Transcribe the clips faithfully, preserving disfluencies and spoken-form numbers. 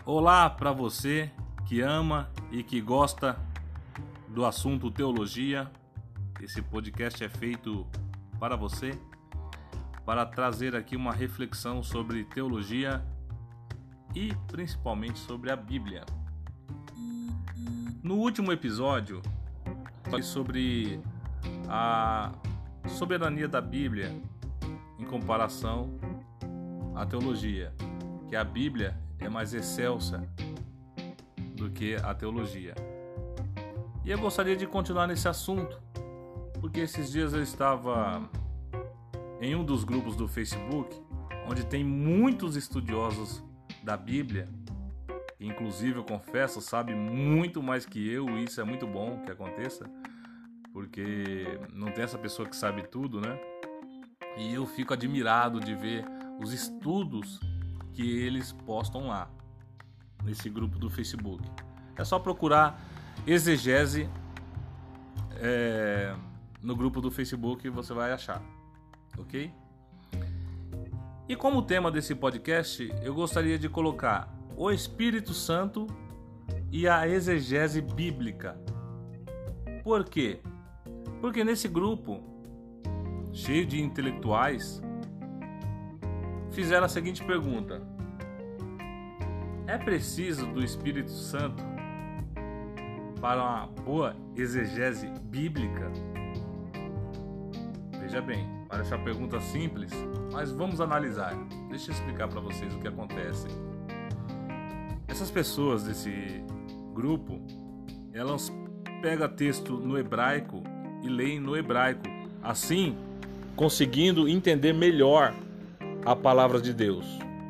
Olá para você que ama e que gosta do assunto teologia. Esse podcast é feito para você, para trazer aqui uma reflexão sobre teologia e principalmente sobre a Bíblia. No último episódio, falei sobre a soberania da Bíblia em comparação à teologia, que a Bíblia é mais excelsa do que a teologia. E eu gostaria de continuar nesse assunto, porque esses dias eu estava em um dos grupos do Facebook, onde tem muitos estudiosos da Bíblia, que inclusive eu confesso, sabe muito mais que eu, e isso é muito bom que aconteça, porque não tem essa pessoa que sabe tudo, né? E eu fico admirado de ver os estudos que eles postam lá, nesse grupo do Facebook. É só procurar exegese é, no grupo do Facebook e você vai achar, ok? E como tema desse podcast, eu gostaria de colocar o Espírito Santo e a exegese bíblica. Por quê? Porque nesse grupo, cheio de intelectuais, fizeram a seguinte pergunta: é preciso do Espírito Santo para uma boa exegese bíblica? Veja bem, parece uma pergunta simples, mas vamos analisar. Deixa eu explicar para vocês o que acontece. Essas pessoas desse grupo, elas pegam texto no hebraico e leem no hebraico, assim conseguindo entender melhor a palavra de Deus.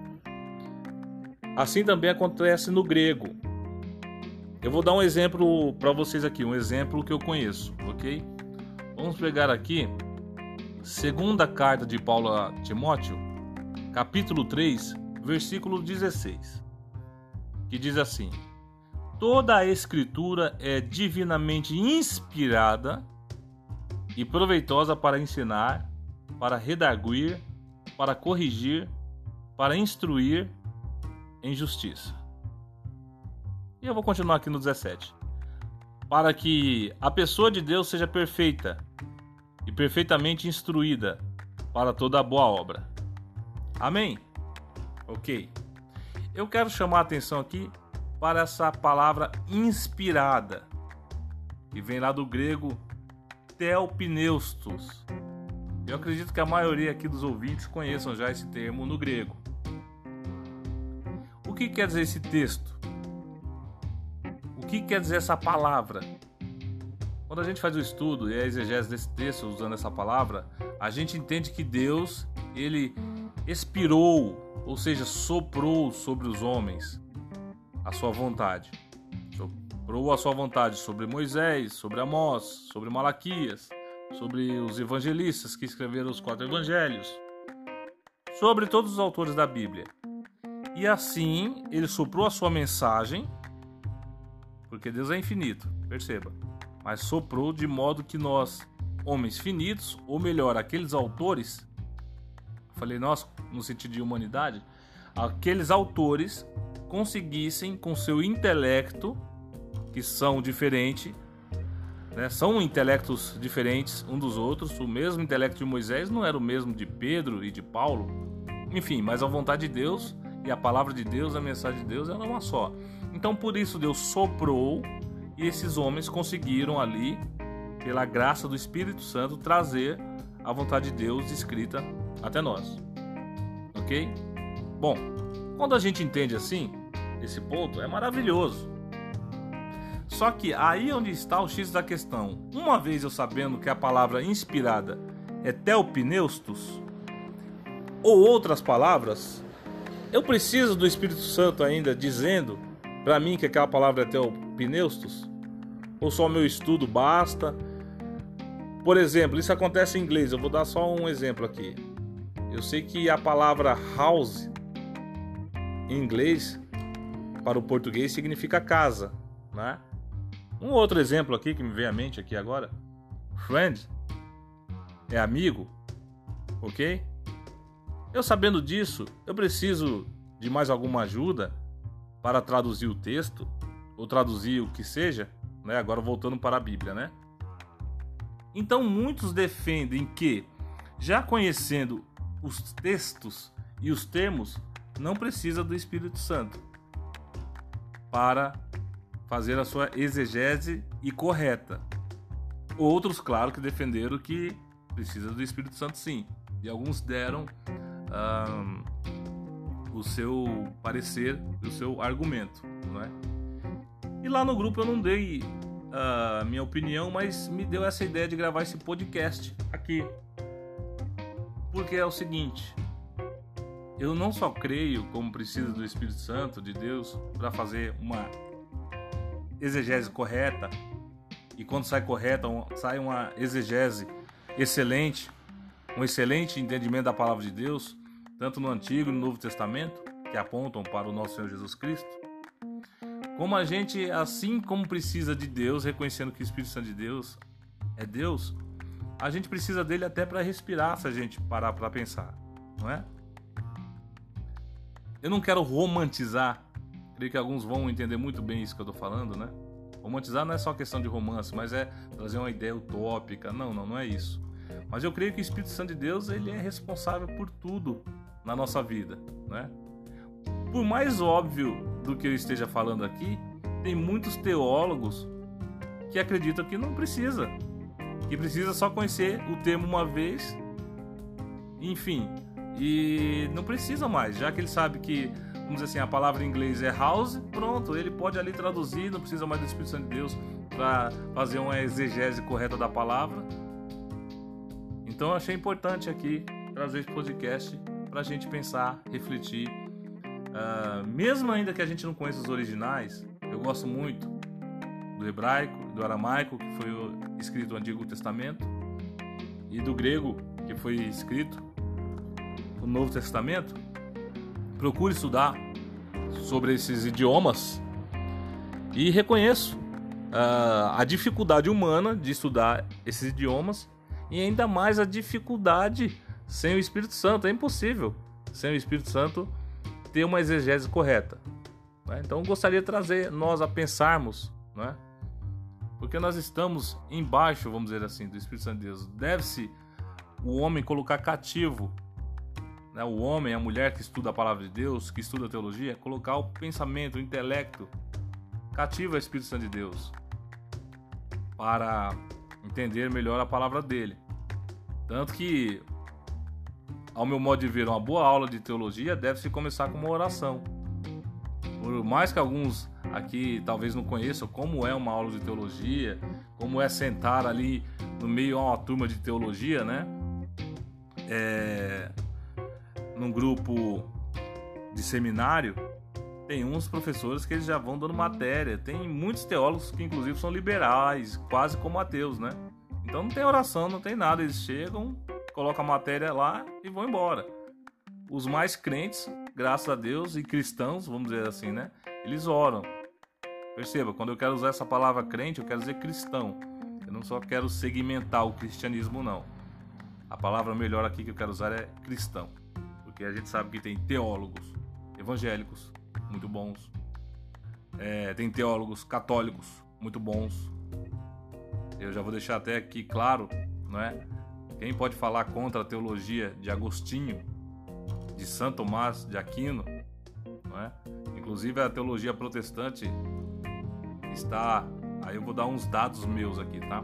Assim também acontece no grego. Eu vou dar um exemplo para vocês aqui, um exemplo que eu conheço, ok? Vamos pegar aqui segunda carta de Paulo a Timóteo, capítulo três, versículo dezesseis, que diz assim: toda a escritura é divinamente inspirada e proveitosa para ensinar, para redarguir, para corrigir, para instruir em justiça. E eu vou continuar aqui no dezessete. Para que a pessoa de Deus seja perfeita e perfeitamente instruída para toda a boa obra. Amém? Ok. Eu quero chamar a atenção aqui para essa palavra inspirada, que vem lá do grego theopneustos. Eu acredito que a maioria aqui dos ouvintes conheçam já esse termo no grego. O que quer dizer esse texto? O que quer dizer essa palavra? Quando a gente faz o estudo e a exegese desse texto usando essa palavra, a gente entende que Deus, ele expirou, ou seja, soprou sobre os homens a sua vontade. Soprou a sua vontade sobre Moisés, sobre Amós, sobre Malaquias, sobre os evangelistas que escreveram os quatro evangelhos, sobre todos os autores da Bíblia. E assim ele soprou a sua mensagem, porque Deus é infinito, perceba, mas soprou de modo que nós, homens finitos, ou melhor, aqueles autores, falei nós no sentido de humanidade, aqueles autores conseguissem com seu intelecto, que são diferentes, né, são intelectos diferentes um dos outros. O mesmo intelecto de Moisés não era o mesmo de Pedro e de Paulo, enfim, mas a vontade de Deus e a palavra de Deus, a mensagem de Deus era uma só. Então por isso Deus soprou e esses homens conseguiram ali, pela graça do Espírito Santo, trazer a vontade de Deus escrita até nós. Ok? Bom, quando a gente entende assim, esse ponto é maravilhoso. Só que aí onde está o X da questão. Uma vez eu sabendo que a palavra inspirada é theopneustos, ou outras palavras, eu preciso do Espírito Santo ainda dizendo para mim que aquela palavra é theopneustos? Ou só o meu estudo basta? Por exemplo, isso acontece em inglês, eu vou dar só um exemplo aqui. Eu sei que a palavra house em inglês para o português significa casa, né? Um outro exemplo aqui que me vem à mente aqui agora: friend é amigo, ok? Eu sabendo disso, eu preciso de mais alguma ajuda para traduzir o texto, ou traduzir o que seja, né? Agora voltando para a Bíblia, né? Então muitos defendem que, já conhecendo os textos e os termos, não precisa do Espírito Santo para fazer a sua exegese e correta. Outros, claro, que defenderam que precisa do Espírito Santo, sim. E alguns deram ah, o seu parecer, o seu argumento, não é? E lá no grupo eu não dei a minha opinião, mas me deu essa ideia de gravar esse podcast aqui. Porque é o seguinte: eu não só creio como precisa do Espírito Santo, de Deus, para fazer uma exegese correta, e quando sai correta, sai uma exegese excelente, um excelente entendimento da palavra de Deus, tanto no Antigo e no Novo Testamento, que apontam para o nosso Senhor Jesus Cristo. Como a gente, assim como precisa de Deus, reconhecendo que o Espírito Santo de Deus é Deus, a gente precisa dele até para respirar, se a gente parar para pensar, não é? Eu não quero romantizar, creio que alguns vão entender muito bem isso que eu estou falando, né? Romantizar não é só questão de romance, mas é trazer uma ideia utópica. Não, não, não é isso. Mas eu creio que o Espírito Santo de Deus, ele é responsável por tudo na nossa vida, né? Por mais óbvio do que eu esteja falando aqui, tem muitos teólogos que acreditam que não precisa, que precisa só conhecer o termo uma vez, enfim, e não precisa mais, já que ele sabe que, vamos dizer assim, a palavra em inglês é house, pronto, ele pode ali traduzir, não precisa mais do Espírito Santo de Deus para fazer uma exegese correta da palavra. Então eu achei importante aqui trazer esse podcast para a gente pensar, refletir. Uh, mesmo ainda que a gente não conheça os originais, eu gosto muito do hebraico, do aramaico, que foi escrito no Antigo Testamento, e do grego, que foi escrito no Novo Testamento. Procure estudar sobre esses idiomas e reconheço uh, a dificuldade humana de estudar esses idiomas, e ainda mais a dificuldade sem o Espírito Santo. É impossível sem o Espírito Santo ter uma exegese correta, né? Então eu gostaria de trazer nós a pensarmos, né? Porque nós estamos embaixo, vamos dizer assim, do Espírito Santo de Deus. Deve-se o homem colocar cativo, né? O homem, a mulher que estuda a palavra de Deus, que estuda a teologia, colocar o pensamento, o intelecto cativo ao Espírito Santo de Deus, para entender melhor a palavra dele. Tanto que, ao meu modo de ver, uma boa aula de teologia deve-se começar com uma oração. Por mais que alguns aqui talvez não conheçam como é uma aula de teologia, como é sentar ali no meio a uma turma de teologia, né? É... Num grupo de seminário, tem uns professores que eles já vão dando matéria. Tem muitos teólogos que inclusive são liberais, quase como ateus, né? Então não tem oração, não tem nada. Eles chegam, colocam a matéria lá e vão embora. Os mais crentes, graças a Deus, e cristãos, vamos dizer assim, né? Eles oram. Perceba, quando eu quero usar essa palavra crente, eu quero dizer cristão. Eu não só quero segmentar o cristianismo, não. A palavra melhor aqui que eu quero usar é cristão. Porque a gente sabe que tem teólogos evangélicos muito bons. É, tem teólogos católicos muito bons. Eu já vou deixar até aqui claro, não é? Quem pode falar contra a teologia de Agostinho, de Santo Tomás de Aquino, não é? Inclusive a teologia protestante está, aí eu vou dar uns dados meus aqui, tá?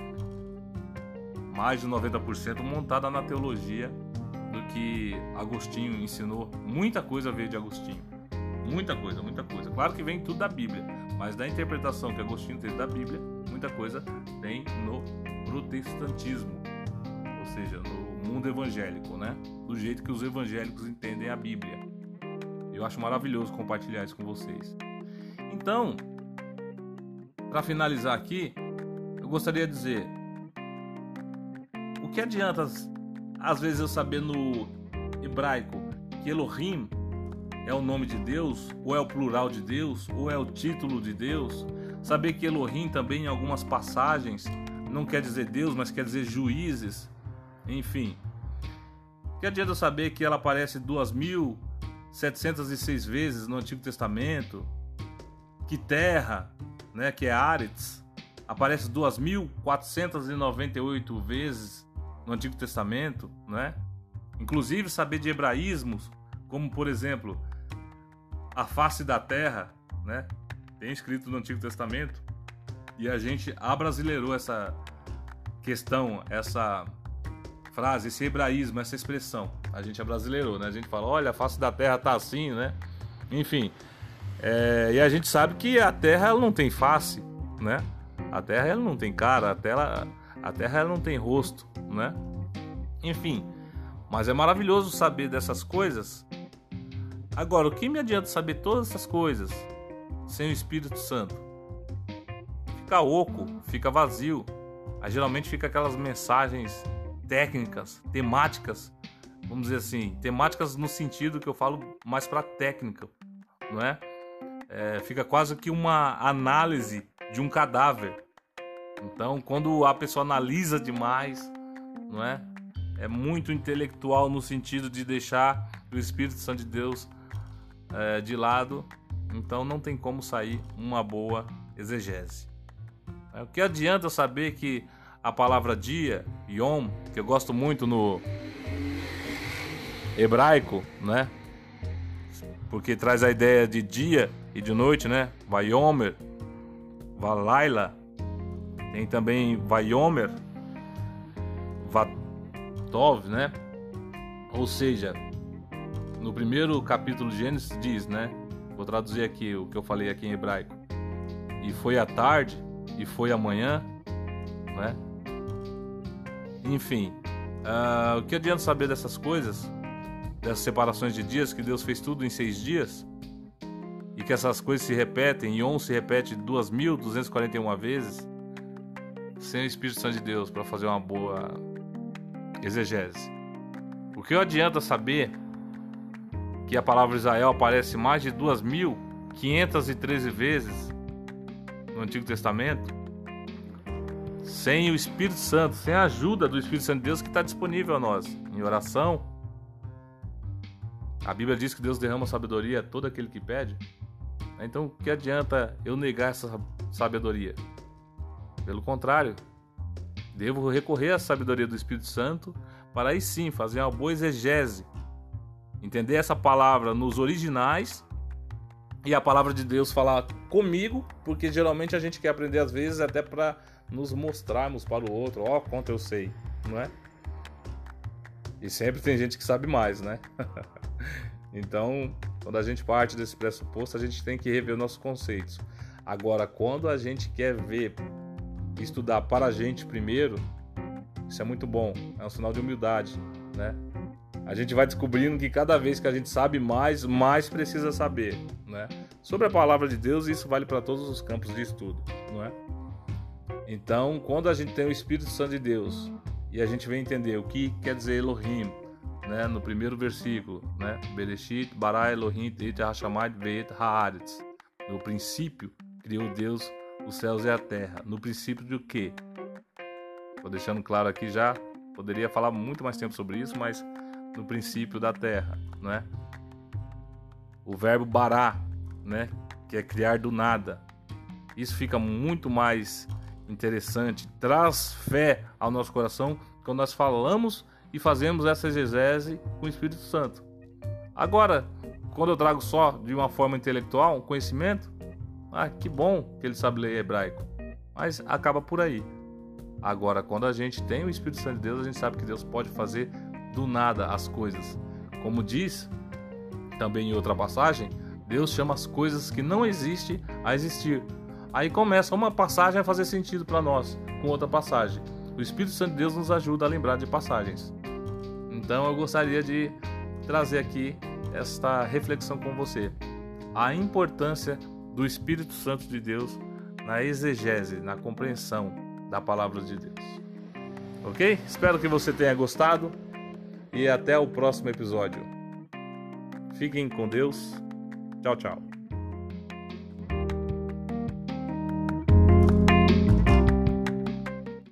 Mais de noventa por cento montada na teologia do que Agostinho ensinou. Muita coisa veio de Agostinho. Muita coisa, muita coisa. Claro que vem tudo da Bíblia, mas da interpretação que Agostinho teve da Bíblia, muita coisa tem no protestantismo, ou seja, no mundo evangélico, né? Do jeito que os evangélicos entendem a Bíblia. Eu acho maravilhoso compartilhar isso com vocês. Então, para finalizar aqui, eu gostaria de dizer: o que adianta, às vezes, eu saber no hebraico que Elohim é o nome de Deus, ou é o plural de Deus, ou é o título de Deus? Saber que Elohim também, em algumas passagens, não quer dizer Deus, mas quer dizer juízes. Enfim, que adianta eu saber que ela aparece duas mil setecentas e seis vezes no Antigo Testamento, que terra, né, que é Árides, aparece duas mil quatrocentas e noventa e oito vezes no Antigo Testamento, né? Inclusive saber de hebraísmos, como por exemplo, a face da terra, né? Tem escrito no Antigo Testamento, e a gente abrasileirou essa questão, essa frase, esse hebraísmo, essa expressão. A gente abrasileirou, né? A gente fala, olha, a face da terra tá assim, né? Enfim, é, e a gente sabe que a terra ela não tem face, né? A terra ela não tem cara, a terra, a terra ela não tem rosto, né? Enfim, mas é maravilhoso saber dessas coisas. Agora, o que me adianta saber todas essas coisas sem o Espírito Santo? Fica oco, fica vazio. Aí, geralmente fica aquelas mensagens técnicas, temáticas, vamos dizer assim, temáticas no sentido que eu falo mais para técnica, não é? É? Fica quase que uma análise de um cadáver. Então, quando a pessoa analisa demais, não é? É muito intelectual no sentido de deixar o Espírito Santo de Deus é, de lado. Então, não tem como sair uma boa exegese. É, o que adianta saber que a palavra dia, yom, que eu gosto muito no hebraico, né? Porque traz a ideia de dia e de noite, né? Vayomer, Valaila. Tem também Vayomer, Vatov, né? Ou seja, no primeiro capítulo de Gênesis diz, né? Vou traduzir aqui o que eu falei aqui em hebraico. E foi à tarde, e foi amanhã, né? Enfim, uh, o que adianta saber dessas coisas, dessas separações de dias, que Deus fez tudo em seis dias, e que essas coisas se repetem, Yom se repete duas mil duzentas e quarenta e uma vezes, sem o Espírito Santo de Deus para fazer uma boa exegese. O que adianta saber que a palavra Israel aparece mais de duas mil quinhentas e treze vezes no Antigo Testamento, sem o Espírito Santo, sem a ajuda do Espírito Santo de Deus que está disponível a nós em oração? A Bíblia diz que Deus derrama sabedoria a todo aquele que pede. Então, o que adianta eu negar essa sabedoria? Pelo contrário, devo recorrer à sabedoria do Espírito Santo para aí sim fazer uma boa exegese, entender essa palavra nos originais e a palavra de Deus falar comigo, porque geralmente a gente quer aprender às vezes até para nos mostrarmos para o outro, ó, quanto eu sei, não é? E sempre tem gente que sabe mais, né? Então, quando a gente parte desse pressuposto, a gente tem que rever os nossos conceitos. Agora, quando a gente quer ver, estudar para a gente primeiro, isso é muito bom, é um sinal de humildade, né? A gente vai descobrindo que cada vez que a gente sabe mais, mais precisa saber, né? Sobre a palavra de Deus, isso vale para todos os campos de estudo, não é? Então, quando a gente tem o Espírito Santo de Deus e a gente vem entender o que quer dizer Elohim, né? No primeiro versículo, né? Bereshit bara Elohim et hashamayim ve'et haaretz. No princípio, criou Deus os céus e a terra. No princípio de o quê? Vou deixando claro aqui já, poderia falar muito mais tempo sobre isso, mas no princípio da terra, né? O verbo bará, né? Que é criar do nada. Isso fica muito mais interessante, traz fé ao nosso coração quando nós falamos e fazemos essa exegese com o Espírito Santo. Agora, quando eu trago só de uma forma intelectual, um conhecimento, ah, que bom que ele sabe ler hebraico, mas acaba por aí. Agora, quando a gente tem o Espírito Santo de Deus, a gente sabe que Deus pode fazer do nada as coisas. Como diz também em outra passagem, Deus chama as coisas que não existem a existir. Aí começa uma passagem a fazer sentido para nós com outra passagem. O Espírito Santo de Deus nos ajuda a lembrar de passagens. Então eu gostaria de trazer aqui esta reflexão com você. A importância do Espírito Santo de Deus na exegese, na compreensão da palavra de Deus. Ok? Espero que você tenha gostado e até o próximo episódio. Fiquem com Deus. Tchau, tchau.